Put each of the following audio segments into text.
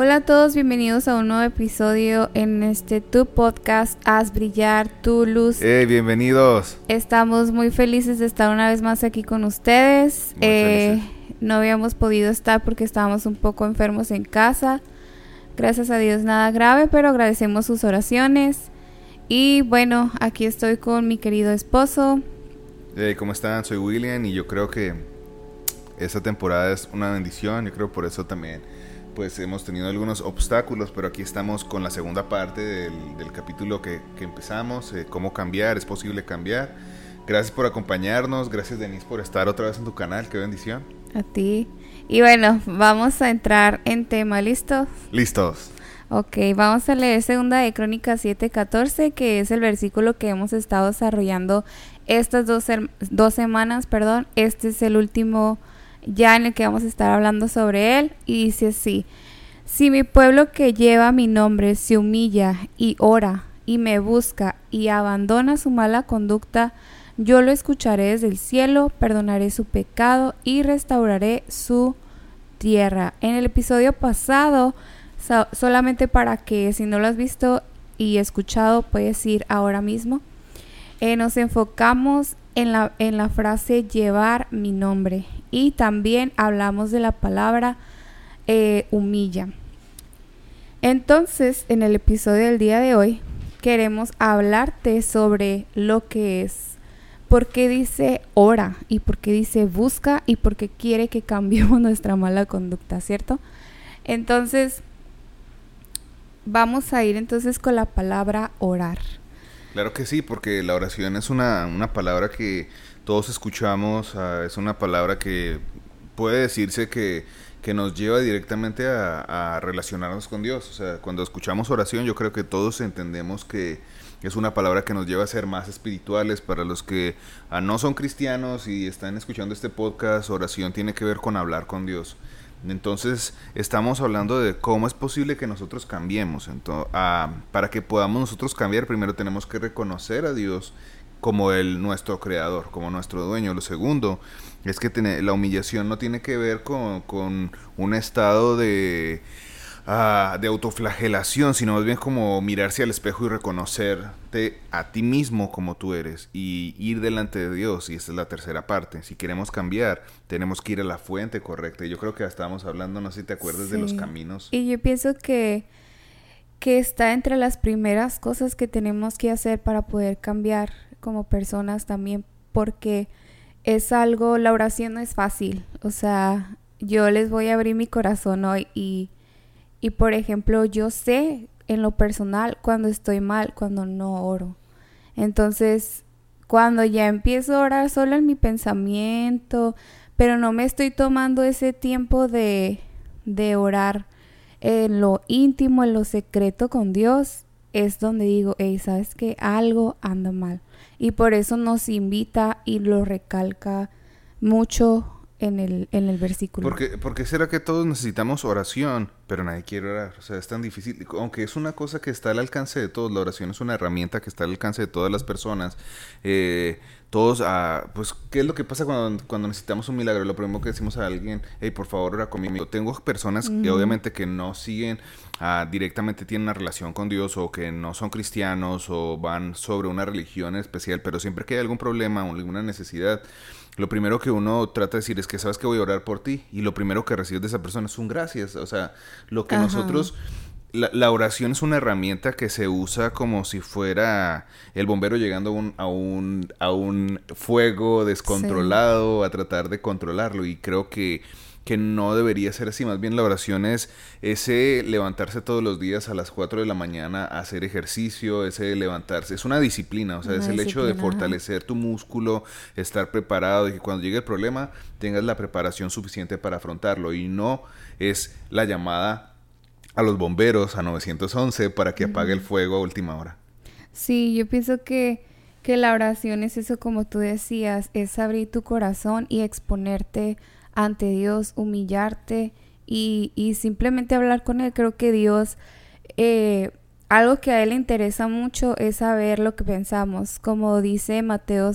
Hola a todos, bienvenidos a un nuevo episodio en tu podcast Haz brillar tu luz. Bienvenidos. Estamos muy felices de estar una vez más aquí con ustedes. No habíamos podido estar porque estábamos un poco enfermos en casa. Gracias a Dios nada grave, pero agradecemos sus oraciones. Y bueno, aquí estoy con mi querido esposo. ¿Cómo están? Soy William y yo creo que esta temporada es una bendición. Yo creo por eso también pues hemos tenido algunos obstáculos, pero aquí estamos con la segunda parte del capítulo que empezamos, cómo cambiar, es posible cambiar. Gracias por acompañarnos, gracias Denise por estar otra vez en tu canal, qué bendición. A ti. Y bueno, vamos a entrar en tema, ¿listos? Listos. Ok, vamos a leer segunda de Crónicas 7:14, que es el versículo que hemos estado desarrollando estas dos semanas, perdón. Este es el último ya en el que vamos a estar hablando sobre él, y dice así: si mi pueblo que lleva mi nombre se humilla y ora y me busca y abandona su mala conducta, yo lo escucharé desde el cielo, perdonaré su pecado y restauraré su tierra. En el episodio pasado, solamente para que si no lo has visto y escuchado puedes ir ahora mismo, nos enfocamos en la frase llevar mi nombre, y también hablamos de la palabra humilla. Entonces, en el episodio del día de hoy queremos hablarte sobre lo que es, por qué dice ora y por qué dice busca y por qué quiere que cambiemos nuestra mala conducta, ¿cierto? Entonces, vamos a ir entonces con la palabra orar. Claro que sí, porque la oración es una palabra que todos escuchamos, es una palabra que puede decirse que nos lleva directamente a relacionarnos con Dios. O sea, cuando escuchamos oración, yo creo que todos entendemos que es una palabra que nos lleva a ser más espirituales. Para los que no son cristianos y están escuchando este podcast, oración tiene que ver con hablar con Dios. Entonces estamos hablando de cómo es posible que nosotros cambiemos. Para que podamos nosotros cambiar, primero tenemos que reconocer a Dios como nuestro creador, como nuestro dueño. Lo segundo es que la humillación no tiene que ver con un estado de autoflagelación, sino más bien como mirarse al espejo y reconocerte a ti mismo como tú eres y ir delante de Dios. Y esta es la tercera parte. Si queremos cambiar, tenemos que ir a la fuente correcta. Y yo creo que estábamos hablando, no sé si te acuerdas, de los caminos. Y yo pienso que está entre las primeras cosas que tenemos que hacer para poder cambiar como personas también, porque es algo, la oración no es fácil. O sea, yo les voy a abrir mi corazón hoy y por ejemplo, yo sé en lo personal cuando estoy mal, cuando no oro. Entonces, cuando ya empiezo a orar solo en mi pensamiento, pero no me estoy tomando ese tiempo de orar en lo íntimo, en lo secreto con Dios, es donde digo, hey, ¿sabes qué? Algo anda mal. Y por eso nos invita y lo recalca mucho en el versículo. ¿Por qué será que todos necesitamos oración, pero nadie quiere orar? O sea, es tan difícil. Aunque es una cosa que está al alcance de todos, la oración es una herramienta que está al alcance de todas las personas. Todos, pues, ¿qué es lo que pasa cuando necesitamos un milagro? Lo primero que decimos a alguien, hey, por favor, ora conmigo. Tengo personas que obviamente que no siguen, directamente tienen una relación con Dios, o que no son cristianos, o van sobre una religión especial, pero siempre que hay algún problema o alguna necesidad, lo primero que uno trata de decir es que sabes que voy a orar por ti, y lo primero que recibes de esa persona es un gracias. O sea, lo que nosotros... La oración es una herramienta que se usa como si fuera el bombero llegando a un fuego descontrolado, sí, a tratar de controlarlo, y creo que no debería ser así. Más bien la oración es ese levantarse todos los días a las 4 de la mañana a hacer ejercicio, ese levantarse, es una disciplina. O sea, es el hecho de fortalecer tu músculo, estar preparado, y que cuando llegue el problema tengas la preparación suficiente para afrontarlo, y no es la llamada a los bomberos, a 911, para que apague el fuego a última hora. Sí, yo pienso que la oración es eso, como tú decías, es abrir tu corazón y exponerte ante Dios, humillarte y simplemente hablar con Él. Creo que Dios, algo que a Él le interesa mucho es saber lo que pensamos. Como dice Mateo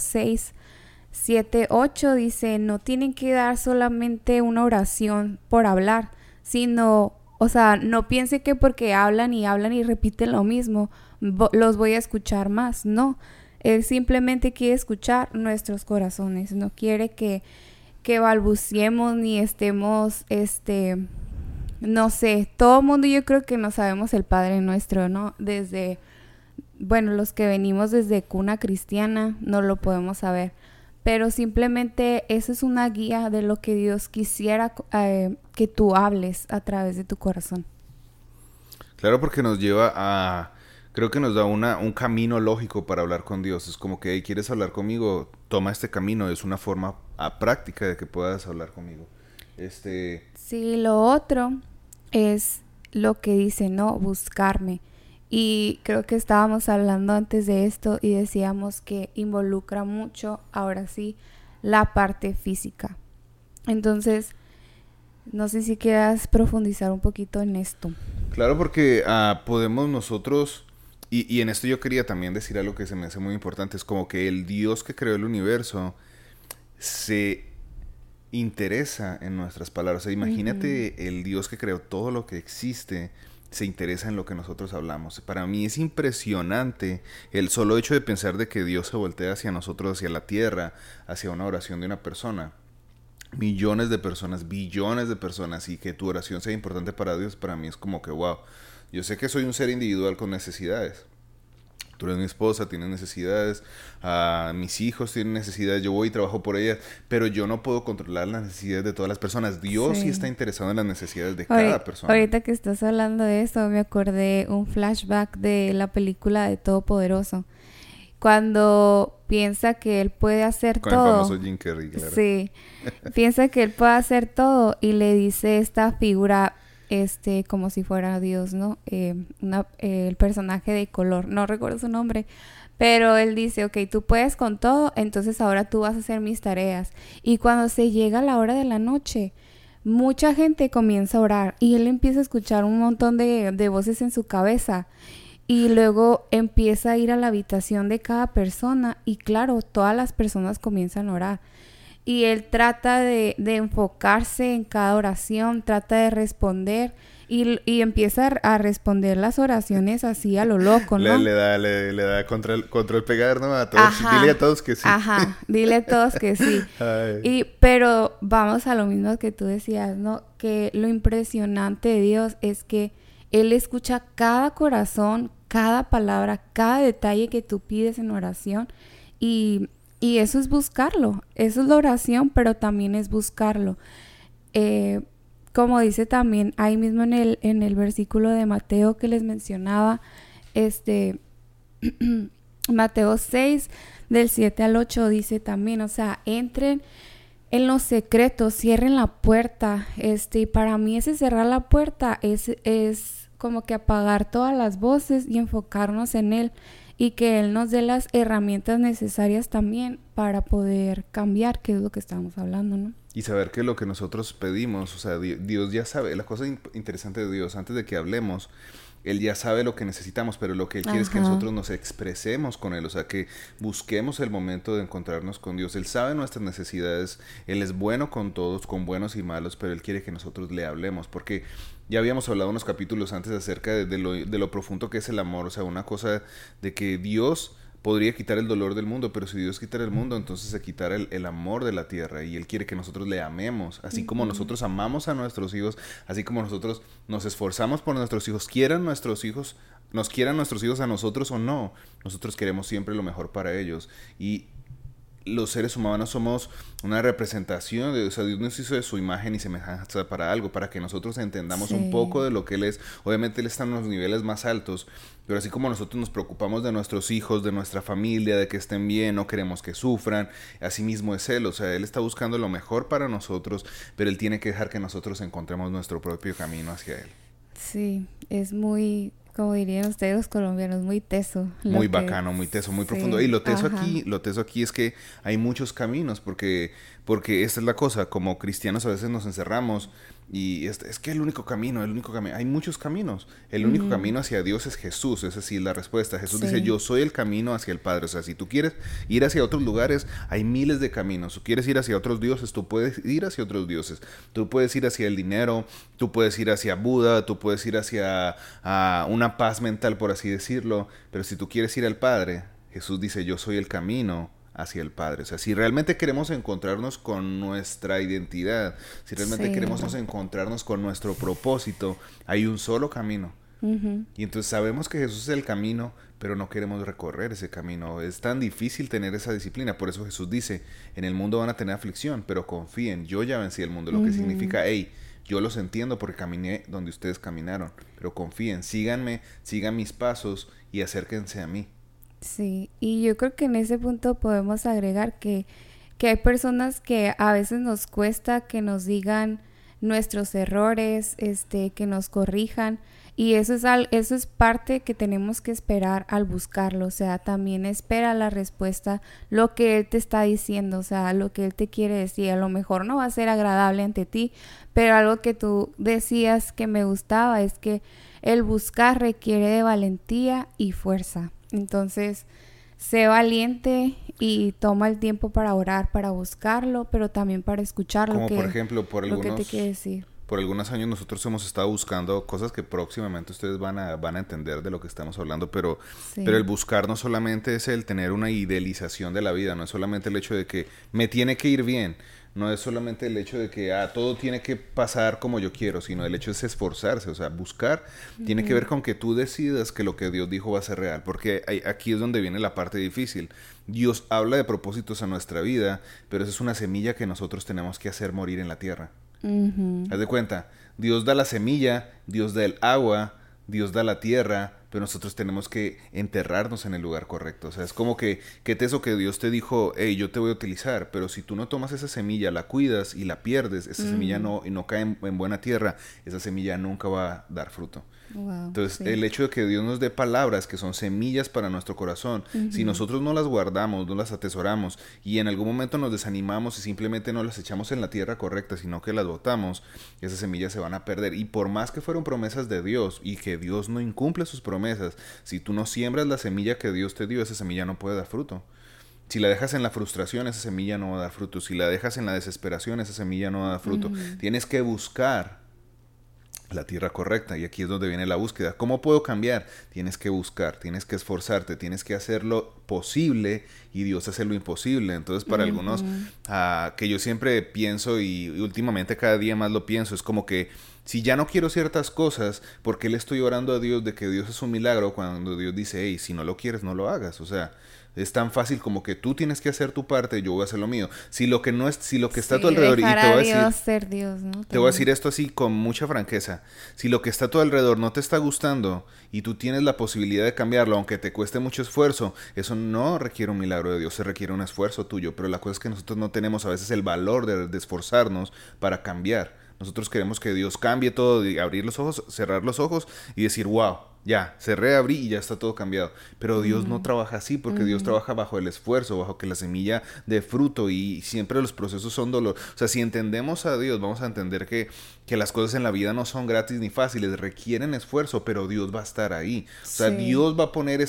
6:7-8, dice, no tienen que dar solamente una oración por hablar, sino O sea, no piense que porque hablan y repiten lo mismo, los voy a escuchar más. No, Él simplemente quiere escuchar nuestros corazones. No quiere que balbuciemos ni estemos, no sé, todo el mundo yo creo que no sabemos el Padre Nuestro, ¿no? Desde, bueno, los que venimos desde cuna cristiana no lo podemos saber. Pero simplemente eso es una guía de lo que Dios quisiera que tú hables a través de tu corazón. Claro, porque nos lleva a... Creo que nos da un camino lógico para hablar con Dios. Es como que, hey, ¿quieres hablar conmigo? Toma este camino. Es una forma práctica de que puedas hablar conmigo. Sí, lo otro es lo que dice, ¿no? Buscarme. Y creo que estábamos hablando antes de esto y decíamos que involucra mucho, ahora sí, la parte física. Entonces, no sé si quieras profundizar un poquito en esto. Claro, porque podemos nosotros... Y en esto yo quería también decir algo que se me hace muy importante. Es como que el Dios que creó el universo se interesa en nuestras palabras. O sea, imagínate el Dios que creó todo lo que existe, se interesa en lo que nosotros hablamos. Para mí es impresionante el solo hecho de pensar de que Dios se voltea hacia nosotros, hacia la tierra, hacia una oración de una persona. Millones de personas, billones de personas, y que tu oración sea importante para Dios, para mí es como que wow. Yo sé que soy un ser individual con necesidades. Tú eres mi esposa, tienes necesidades, mis hijos tienen necesidades, yo voy y trabajo por ellas, pero yo no puedo controlar las necesidades de todas las personas. Dios sí está interesado en las necesidades de cada persona. Ahorita que estás hablando de eso, me acordé un flashback de la película de Todopoderoso. Cuando piensa que él puede hacer con todo. Con el famoso Jim Carrey, claro. Sí, piensa que él puede hacer todo y le dice esta figura, como si fuera Dios, ¿no? El personaje de color, no recuerdo su nombre, pero él dice, ok, tú puedes con todo, entonces ahora tú vas a hacer mis tareas. Y cuando se llega la hora de la noche, mucha gente comienza a orar y él empieza a escuchar un montón de voces en su cabeza. Y luego empieza a ir a la habitación de cada persona y claro, todas las personas comienzan a orar. Y él trata de enfocarse en cada oración, trata de responder y empieza a responder las oraciones así a lo loco, ¿no? Le da control pegar, ¿no? A todos. Ajá. Dile a todos que sí. Ajá, dile a todos que sí. Pero vamos a lo mismo que tú decías, ¿no? Que lo impresionante de Dios es que Él escucha cada corazón, cada palabra, cada detalle que tú pides en oración y eso es buscarlo. Eso es la oración, pero también es buscarlo. Como dice también ahí mismo en el versículo de Mateo que les mencionaba, Mateo 6, del 7 al 8 dice también, o sea, entren en los secretos, cierren la puerta. Y para mí ese cerrar la puerta es como que apagar todas las voces y enfocarnos en Él y que Él nos dé las herramientas necesarias también para poder cambiar, que es lo que estábamos hablando, ¿no? Y saber que lo que nosotros pedimos, o sea, Dios ya sabe, la cosa interesante de Dios, antes de que hablemos, Él ya sabe lo que necesitamos, pero lo que Él quiere es que nosotros nos expresemos con Él, o sea, que busquemos el momento de encontrarnos con Dios. Él sabe nuestras necesidades, Él es bueno con todos, con buenos y malos, pero Él quiere que nosotros le hablemos, porque ya habíamos hablado unos capítulos antes acerca de lo profundo que es el amor, o sea, una cosa de que Dios podría quitar el dolor del mundo, pero si Dios quitara el mundo, entonces se quitara el amor de la tierra, y Él quiere que nosotros le amemos, así como nosotros amamos a nuestros hijos, así como nosotros nos esforzamos por nuestros hijos, nos quieran nuestros hijos a nosotros o no, nosotros queremos siempre lo mejor para ellos, y los seres humanos somos una representación de, o sea, Dios nos hizo de su imagen y semejanza para algo, para que nosotros entendamos un poco de lo que Él es. Obviamente Él está en los niveles más altos, pero así como nosotros nos preocupamos de nuestros hijos, de nuestra familia, de que estén bien, no queremos que sufran, así mismo es Él, o sea, Él está buscando lo mejor para nosotros, pero Él tiene que dejar que nosotros encontremos nuestro propio camino hacia Él. Sí, es muy Como dirían ustedes los colombianos, muy teso. Muy bacano, muy teso, muy profundo. Y Sí, ajá. lo teso aquí es que hay muchos caminos, porque esta es la cosa, como cristianos a veces nos encerramos y es que el único camino, hay muchos caminos. El único Ujú, camino hacia Dios es Jesús, esa sí es la respuesta. Jesús dice, sí. yo soy el camino hacia el Padre. O sea, si tú quieres ir hacia otros lugares, hay miles de caminos. Tú quieres ir hacia otros dioses, tú puedes ir hacia otros dioses. Tú puedes ir hacia el dinero, tú puedes ir hacia Buda, tú puedes ir hacia una paz mental, por así decirlo. Pero si tú quieres ir al Padre, Jesús dice, yo soy el camino hacia el Padre. O sea, si realmente queremos encontrarnos con nuestra identidad, si realmente Sí. queremos encontrarnos con nuestro propósito, hay un solo camino. Ujú, Y entonces sabemos que Jesús es el camino, pero no queremos recorrer ese camino. Es tan difícil tener esa disciplina. Por eso Jesús dice, en el mundo van a tener aflicción, pero confíen, yo ya vencí el mundo. Lo que ujú. significa, hey, yo los entiendo porque caminé donde ustedes caminaron, pero confíen, síganme, sigan mis pasos y acérquense a mí. Sí, y yo creo que en ese punto podemos agregar que hay personas que a veces nos cuesta que nos digan nuestros errores, que nos corrijan, y eso es parte que tenemos que esperar al buscarlo, o sea, también espera la respuesta, lo que él te está diciendo, o sea, lo que él te quiere decir, a lo mejor no va a ser agradable ante ti, pero algo que tú decías que me gustaba es que el buscar requiere de valentía y fuerza. Entonces, sé valiente y toma el tiempo para orar, para buscarlo, pero también para escuchar Como por ejemplo, lo que te quiere decir. por algunos años nosotros hemos estado buscando cosas que próximamente ustedes van a entender de lo que estamos hablando, pero el Sí. buscar no solamente es el tener una idealización de la vida, no es solamente el hecho de que me tiene que ir bien, no es solamente el hecho de que todo tiene que pasar como yo quiero, sino el hecho es esforzarse, o sea, buscar tiene que ver Ujú, con que tú decidas que lo que Dios dijo va a ser real, porque aquí es donde viene la parte difícil. Dios habla de propósitos a nuestra vida, pero esa es una semilla que nosotros tenemos que hacer morir en la tierra. ujú, Haz de cuenta, Dios da la semilla, Dios da el agua, Dios da la tierra, pero nosotros tenemos que enterrarnos en el lugar correcto. O sea, es como que, qué teso que Dios te dijo, hey, yo te voy a utilizar, pero si tú no tomas esa semilla, la cuidas y la pierdes, esa semilla ujú. no cae en buena tierra, esa semilla nunca va a dar fruto. Wow, Entonces, sí. el hecho de que Dios nos dé palabras que son semillas para nuestro corazón, si Ujú, nosotros no las guardamos, no las atesoramos y en algún momento nos desanimamos y simplemente no las echamos en la tierra correcta, sino que las botamos, esas semillas se van a perder. Y por más que fueron promesas de Dios y que Dios no incumple sus promesas, si tú no siembras la semilla que Dios te dio, esa semilla no puede dar fruto. Si la dejas en la frustración, esa semilla no va a dar fruto. Si la dejas en la desesperación, esa semilla no va a dar fruto. ujú. Tienes que buscar la tierra correcta. Y aquí es donde viene la búsqueda. ¿Cómo puedo cambiar? Tienes que buscar, tienes que esforzarte, tienes que hacer lo posible y Dios hace lo imposible. Entonces, para algunos, Ujú, que yo siempre pienso y últimamente cada día más lo pienso, es como que si ya no quiero ciertas cosas, ¿por qué le estoy orando a Dios de que Dios es un milagro cuando Dios dice, hey, si no lo quieres, no lo hagas? O sea, es tan fácil como que tú tienes que hacer tu parte, yo voy a hacer lo mío. Si lo que no es, si lo que está a tu sí, alrededor, y dejar a Dios ser Dios, ¿no? te voy a decir También. esto así con mucha franqueza. Si lo que está a tu alrededor no te está gustando y tú tienes la posibilidad de cambiarlo, aunque te cueste mucho esfuerzo, eso no requiere un milagro de Dios, se requiere un esfuerzo tuyo. Pero la cosa es que nosotros no tenemos a veces el valor de esforzarnos para cambiar. Nosotros queremos que Dios cambie todo, de abrir los ojos, cerrar los ojos y decir, wow, ya, cerré, abrí y ya está todo cambiado. Pero Dios no Ujú, trabaja así porque Dios ujú. trabaja bajo el esfuerzo, bajo que la semilla dé fruto y siempre los procesos son dolor. O sea, si entendemos a Dios, vamos a entender que las cosas en la vida no son gratis ni fáciles, requieren esfuerzo, pero Dios va a estar ahí. O sea, Sí. Dios va a poner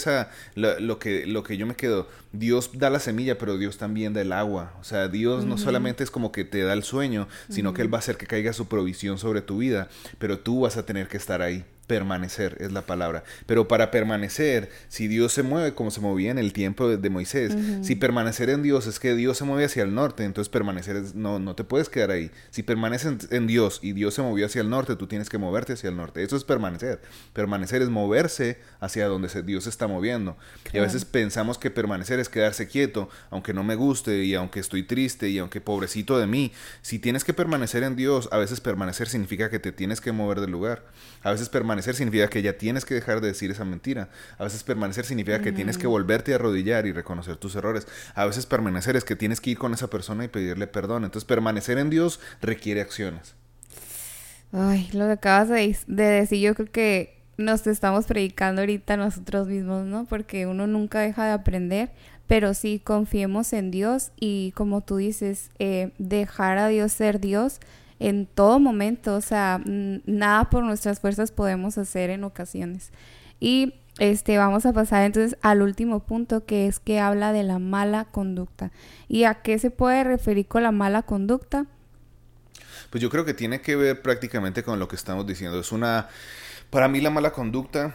lo que yo me quedo. Dios da la semilla, pero Dios también da el agua. O sea, Dios no Ujú, solamente es como que te da el sueño, sino que Él ujú. va a hacer que caiga su provisión sobre tu vida, pero tú vas a tener que estar ahí. Permanecer es la palabra. Pero para permanecer, si Dios se mueve como se movía en el tiempo de Moisés, si Ujú, permanecer en Dios es que Dios se mueve hacia el norte, entonces permanecer no te puedes quedar ahí. Si permaneces en Dios y Dios se movió hacia el norte, tú tienes que moverte hacia el norte. Eso es permanecer. Permanecer es moverse hacia donde Dios se está moviendo. Y a veces claro. pensamos que permanecer es quedarse quieto, aunque no me guste y aunque estoy triste y aunque pobrecito de mí. Si tienes que permanecer en Dios, a veces permanecer significa que te tienes que mover del lugar. A veces permanecer significa que ya tienes que dejar de decir esa mentira. A veces permanecer significa que tienes que Ujú. volverte a arrodillar y reconocer tus errores. A veces permanecer es que tienes que ir con esa persona y pedirle perdón. Entonces permanecer en Dios requiere acciones. Ay, lo que acabas de decir, yo creo que nos estamos predicando ahorita nosotros mismos, ¿no? Porque uno nunca deja de aprender, pero sí confiemos en Dios y como tú dices, dejar a Dios ser Dios en todo momento, o sea, nada por nuestras fuerzas podemos hacer en ocasiones. Y vamos a pasar entonces al último punto, que es que habla de la mala conducta. ¿Y a qué se puede referir con la mala conducta? Pues yo creo que tiene que ver prácticamente con lo que estamos diciendo. Para mí la mala conducta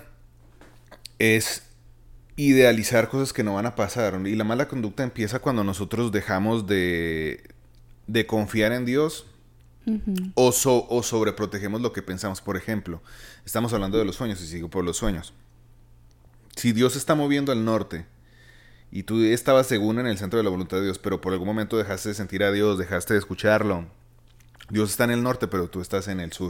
es idealizar cosas que no van a pasar. Y la mala conducta empieza cuando nosotros dejamos de confiar en Dios. Uh-huh. O sobreprotegemos lo que pensamos. Por ejemplo, estamos hablando de los sueños y sigo por los sueños. Si Dios se está moviendo al norte y tú estabas según en el centro de la voluntad de Dios, pero por algún momento dejaste de sentir a Dios, dejaste de escucharlo. Dios está en el norte, pero tú estás en el sur.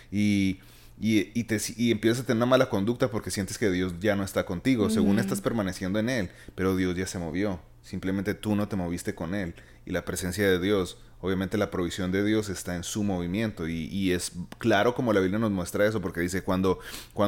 Y empiezas a tener una mala conducta porque sientes que Dios ya no está contigo. Uh-huh. Según estás permaneciendo en Él, pero Dios ya se movió. Simplemente tú no te moviste con Él. Y la presencia de Dios, obviamente la provisión de Dios está en su movimiento. Y es claro como la Biblia nos muestra eso, porque dice cuando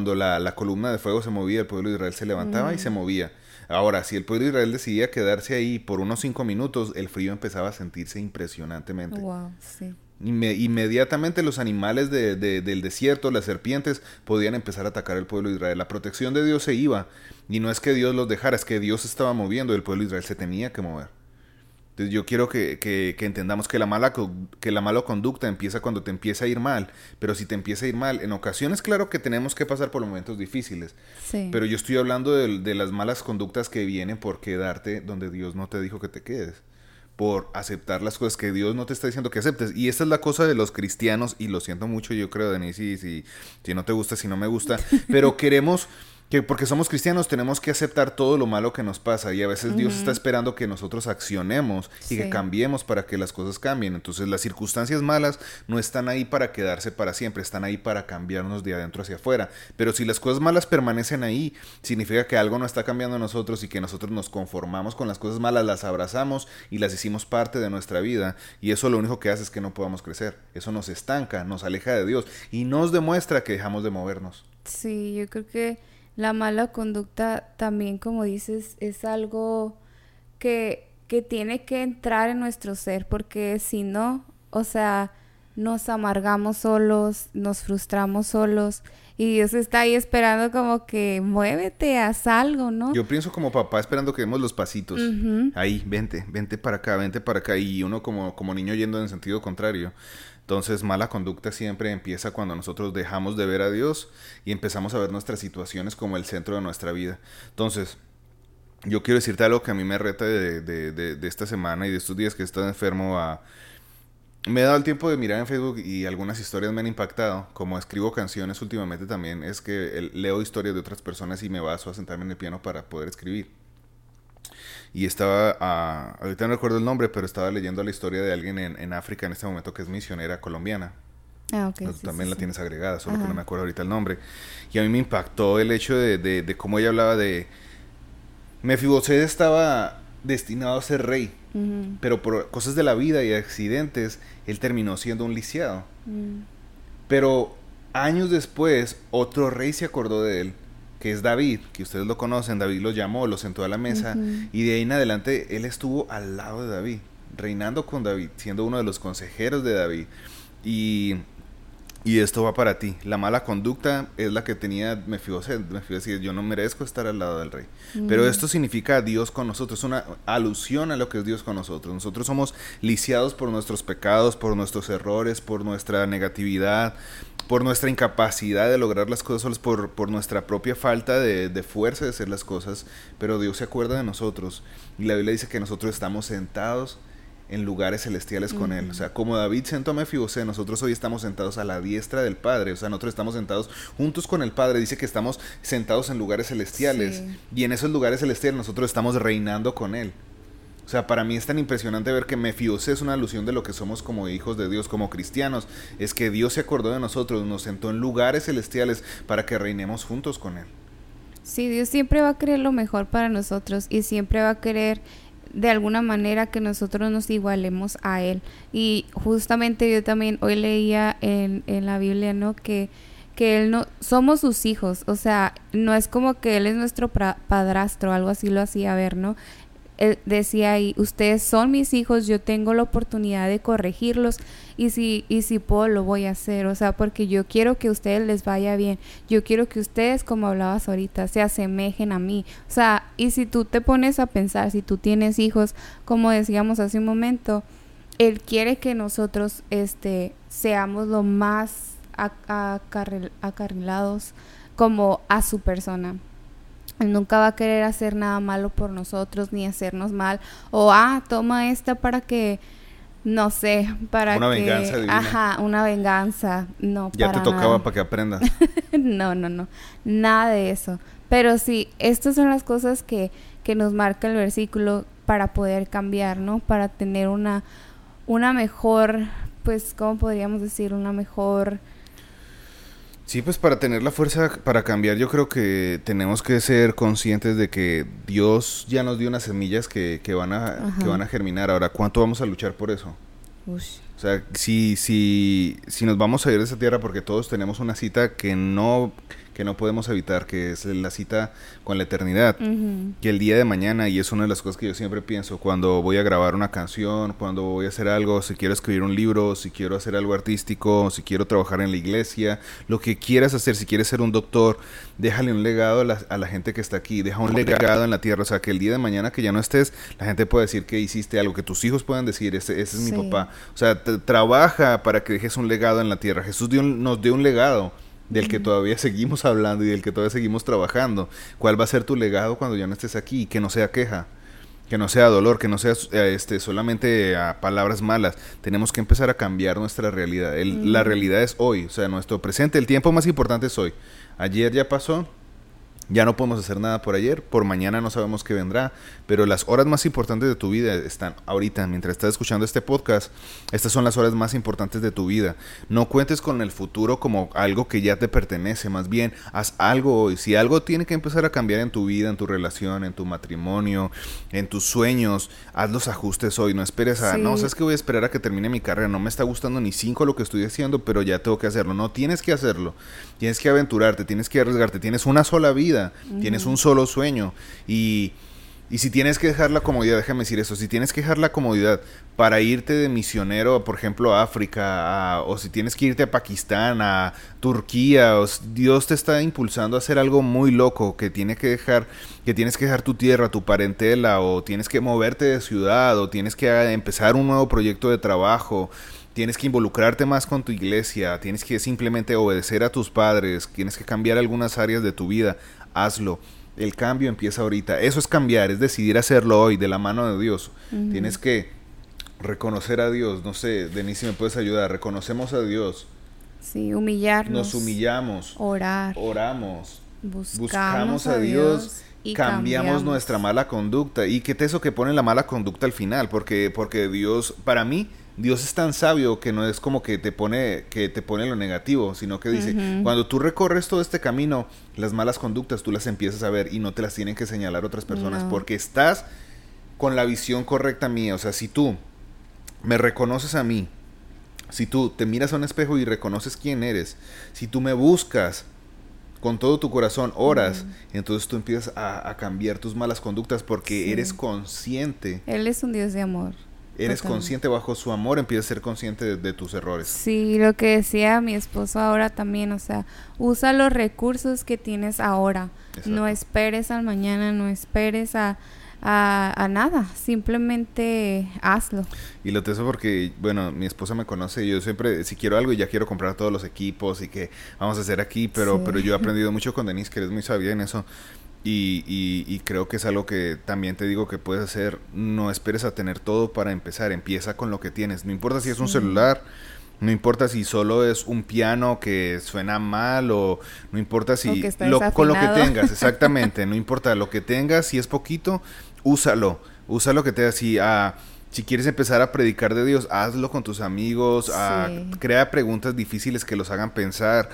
la columna de fuego se movía, el pueblo de Israel se levantaba y se movía. Ahora, si el pueblo de Israel decidía quedarse ahí por unos 5 minutos, el frío empezaba a sentirse impresionantemente. Wow, sí. Inmediatamente los animales del desierto, las serpientes, podían empezar a atacar al pueblo de Israel. La protección de Dios se iba. Y no es que Dios los dejara, es que Dios estaba moviendo y el pueblo de Israel se tenía que mover. Entonces yo quiero que entendamos que la mala conducta empieza cuando te empieza a ir mal. Pero si te empieza a ir mal, en ocasiones claro que tenemos que pasar por momentos difíciles. Sí. Pero yo estoy hablando de las malas conductas que vienen por quedarte donde Dios no te dijo que te quedes. Por aceptar las cosas que Dios no te está diciendo que aceptes. Y esta es la cosa de los cristianos, y lo siento mucho, yo creo, Denise, si no te gusta, si no me gusta, pero queremos que porque somos cristianos tenemos que aceptar todo lo malo que nos pasa, y a veces Dios está esperando que nosotros accionemos y que cambiemos para que las cosas cambien. Entonces las circunstancias malas no están ahí para quedarse para siempre, están ahí para cambiarnos de adentro hacia afuera. Pero si las cosas malas permanecen ahí, significa que algo no está cambiando en nosotros y que nosotros nos conformamos con las cosas malas, las abrazamos y las hicimos parte de nuestra vida, y eso lo único que hace es que no podamos crecer. Eso nos estanca, nos aleja de Dios y nos demuestra que dejamos de movernos. Sí, yo creo que la mala conducta también, como dices, es algo que tiene que entrar en nuestro ser, porque si no, o sea, nos amargamos solos, nos frustramos solos, y Dios está ahí esperando como que muévete, haz algo, ¿no? Yo pienso como papá esperando que demos los pasitos. Uh-huh. Ahí, vente para acá, y uno como niño yendo en sentido contrario. Entonces, mala conducta siempre empieza cuando nosotros dejamos de ver a Dios y empezamos a ver nuestras situaciones como el centro de nuestra vida. Entonces, yo quiero decirte algo que a mí me reta de esta semana y de estos días que he estado enfermo. Me he dado el tiempo de mirar en Facebook y algunas historias me han impactado. Como escribo canciones últimamente también, es que leo historias de otras personas y me baso a sentarme en el piano para poder escribir. Y ahorita no recuerdo el nombre, pero estaba leyendo la historia de alguien en África en este momento que es misionera colombiana. Ah, ok. Sí, también la tienes agregada, solo Ajá. que no me acuerdo ahorita el nombre. Y a mí me impactó el hecho de cómo ella hablaba de... Mefiboset estaba destinado a ser rey, Uh-huh. pero por cosas de la vida y accidentes, él terminó siendo un lisiado. Uh-huh. Pero años después, otro rey se acordó de él, que es David, que ustedes lo conocen. David lo llamó, lo sentó a la mesa, Uh-huh. y de ahí en adelante él estuvo al lado de David, reinando con David, siendo uno de los consejeros de David. Y esto va para ti. La mala conducta es la que tenía Mefiboset. Mefiboset, yo no merezco estar al lado del rey. Pero esto significa Dios con nosotros, una alusión a lo que es Dios con nosotros. Nosotros somos lisiados por nuestros pecados, por nuestros errores, por nuestra negatividad, por nuestra incapacidad de lograr las cosas solos, por nuestra propia falta de fuerza de hacer las cosas. Pero Dios se acuerda de nosotros. Y la Biblia dice que nosotros estamos sentados en lugares celestiales con Él. O sea, como David sentó a Mefiboset, nosotros hoy estamos sentados a la diestra del Padre. O sea, nosotros estamos sentados juntos con el Padre. Dice que estamos sentados en lugares celestiales. Sí. Y en esos lugares celestiales nosotros estamos reinando con Él. O sea, para mí es tan impresionante ver que Mefiboset es una alusión de lo que somos como hijos de Dios, como cristianos. Es que Dios se acordó de nosotros, nos sentó en lugares celestiales para que reinemos juntos con Él. Sí, Dios siempre va a querer lo mejor para nosotros y siempre va a querer de alguna manera que nosotros nos igualemos a Él. Y justamente yo también hoy leía en la Biblia, ¿no? Que que él no, somos sus hijos, o sea, no es como que él es nuestro padrastro, algo así lo hacía ver, ¿no? Él decía ahí, ustedes son mis hijos, yo tengo la oportunidad de corregirlos y si puedo lo voy a hacer, o sea, porque yo quiero que a ustedes les vaya bien, yo quiero que ustedes, como hablabas ahorita, se asemejen a mí, o sea, y si tú te pones a pensar, si tú tienes hijos, como decíamos hace un momento, él quiere que nosotros seamos lo más acarrilados como a su persona. Él nunca va a querer hacer nada malo por nosotros, ni hacernos mal. O, toma esta para que, no sé, para una que... venganza divina. Ajá, una venganza. No, ya para te tocaba nada. para que aprendas. No. Nada de eso. Pero sí, estas son las cosas que nos marca el versículo para poder cambiar, ¿no? Para tener una mejor, pues, ¿cómo podríamos decir? Una mejor... Sí, pues para tener la fuerza para cambiar, yo creo que tenemos que ser conscientes de que Dios ya nos dio unas semillas que van a germinar. Ahora, ¿cuánto vamos a luchar por eso? Ush. O sea, si nos vamos a ir de esa tierra, porque todos tenemos una cita que no podemos evitar, que es la cita con la eternidad, que el día de mañana, y es una de las cosas que yo siempre pienso cuando voy a grabar una canción, cuando voy a hacer algo, si quiero escribir un libro, si quiero hacer algo artístico, si quiero trabajar en la iglesia, lo que quieras hacer, si quieres ser un doctor, déjale un legado a la gente que está aquí, deja un legado en la tierra, o sea, que el día de mañana que ya no estés, la gente pueda decir que hiciste algo, que tus hijos puedan decir, ese es mi papá, o sea, trabaja para que dejes un legado en la tierra. Jesús nos dio un legado del que todavía seguimos hablando y del que todavía seguimos trabajando. ¿Cuál va a ser tu legado cuando ya no estés aquí? Que no sea queja, que no sea dolor, que no sea solamente palabras malas. Tenemos que empezar a cambiar nuestra realidad. La realidad es hoy, o sea, nuestro presente. El tiempo más importante es hoy. Ayer ya pasó. Ya no podemos hacer nada por ayer, por mañana no sabemos qué vendrá, pero las horas más importantes de tu vida están ahorita, mientras estás escuchando este podcast. Estas son las horas más importantes de tu vida. No cuentes con el futuro como algo que ya te pertenece, más bien haz algo hoy. Si algo tiene que empezar a cambiar en tu vida, en tu relación, en tu matrimonio, en tus sueños, haz los ajustes hoy. No esperes no, sabes que voy a esperar a que termine mi carrera, no me está gustando ni 5 lo que estoy haciendo, pero ya tengo que hacerlo. No, tienes que hacerlo, tienes que aventurarte, tienes que arriesgarte, tienes una sola vida. Tienes un solo sueño y si tienes que dejar la comodidad, déjame decir eso, si tienes que dejar la comodidad para irte de misionero, por ejemplo, a África, o si tienes que irte a Pakistán, a Turquía, Dios te está impulsando a hacer algo muy loco, que tienes que dejar tu tierra, tu parentela, o tienes que moverte de ciudad, o tienes que empezar un nuevo proyecto de trabajo. Tienes que involucrarte más con tu iglesia, tienes que simplemente obedecer a tus padres, tienes que cambiar algunas áreas de tu vida, hazlo. El cambio empieza ahorita. Eso es cambiar, es decidir hacerlo hoy de la mano de Dios. Tienes que reconocer a Dios. No sé, Denise, si me puedes ayudar. Reconocemos a Dios. Sí, humillarnos. Nos humillamos. Orar. Oramos. Buscamos a Dios y cambiamos nuestra mala conducta. ¿Y qué es eso que pone la mala conducta al final? Porque Dios, para mí, Dios es tan sabio que no es como que te pone lo negativo, sino que dice, cuando tú recorres todo este camino, las malas conductas tú las empiezas a ver y no te las tienen que señalar otras personas, porque estás con la visión correcta mía. O sea, si tú me reconoces a mí, si tú te miras a un espejo y reconoces quién eres, si tú me buscas con todo tu corazón, oras, entonces tú empiezas a cambiar tus malas conductas porque eres consciente. Él es un Dios de amor. Eres consciente, bajo su amor empiezas a ser consciente de tus errores. Sí, lo que decía mi esposo ahora también, o sea, usa los recursos que tienes ahora. Exacto. No esperes al mañana, no esperes a nada, simplemente hazlo. Y lo tengo porque, bueno, mi esposa me conoce y yo siempre, si quiero algo, ya quiero comprar todos los equipos y que vamos a hacer aquí, pero yo he aprendido mucho con Denise, que eres muy sabia en eso. Y creo que es algo que también te digo que puedes hacer. No esperes a tener todo para empezar. Empieza con lo que tienes. No importa si es un celular, no importa si solo es un piano que suena mal, o no importa si con lo que tengas, exactamente. No importa lo que tengas, si es poquito, úsalo que te da. Si quieres empezar a predicar de Dios, hazlo con tus amigos. Crea preguntas difíciles que los hagan pensar.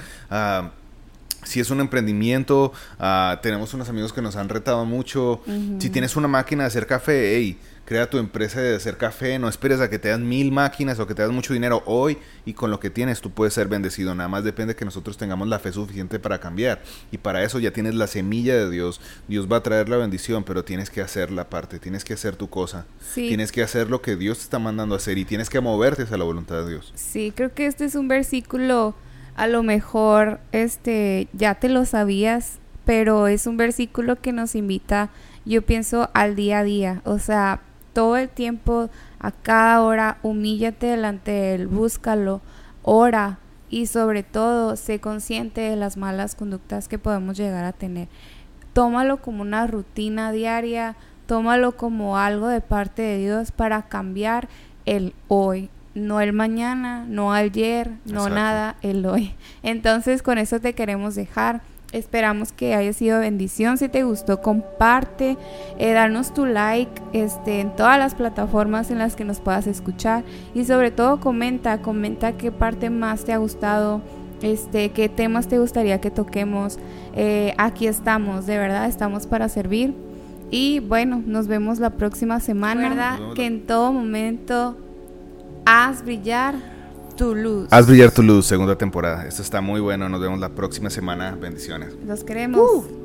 Si es un emprendimiento, tenemos unos amigos que nos han retado mucho. Si tienes una máquina de hacer café, crea tu empresa de hacer café, no esperes a que te dan 1000 máquinas o que te das mucho dinero hoy, y con lo que tienes tú puedes ser bendecido. Nada más depende que nosotros tengamos la fe suficiente para cambiar, y para eso ya tienes la semilla de Dios. Dios va a traer la bendición, pero tienes que hacer la parte, tienes que hacer tu cosa, Sí. tienes que hacer lo que Dios te está mandando a hacer, y tienes que moverte hacia la voluntad de Dios. Sí, creo que este es un versículo, a lo mejor ya te lo sabías, pero es un versículo que nos invita, yo pienso, al día a día. O sea, todo el tiempo, a cada hora, humíllate delante de Él, búscalo, ora, y sobre todo, sé consciente de las malas conductas que podemos llegar a tener. Tómalo como una rutina diaria, tómalo como algo de parte de Dios para cambiar el hoy, no el mañana, no ayer, no Exacto. nada, el hoy. Entonces, con eso te queremos dejar. Esperamos que haya sido bendición. Si te gustó, comparte, danos tu like en todas las plataformas en las que nos puedas escuchar, y sobre todo comenta qué parte más te ha gustado, qué temas te gustaría que toquemos. Aquí estamos, de verdad, estamos para servir. Y bueno, nos vemos la próxima semana. ¿Verdad? Que en todo momento haz brillar tu luz. Haz brillar tu luz, segunda temporada. Esto está muy bueno. Nos vemos la próxima semana. Bendiciones. Los queremos.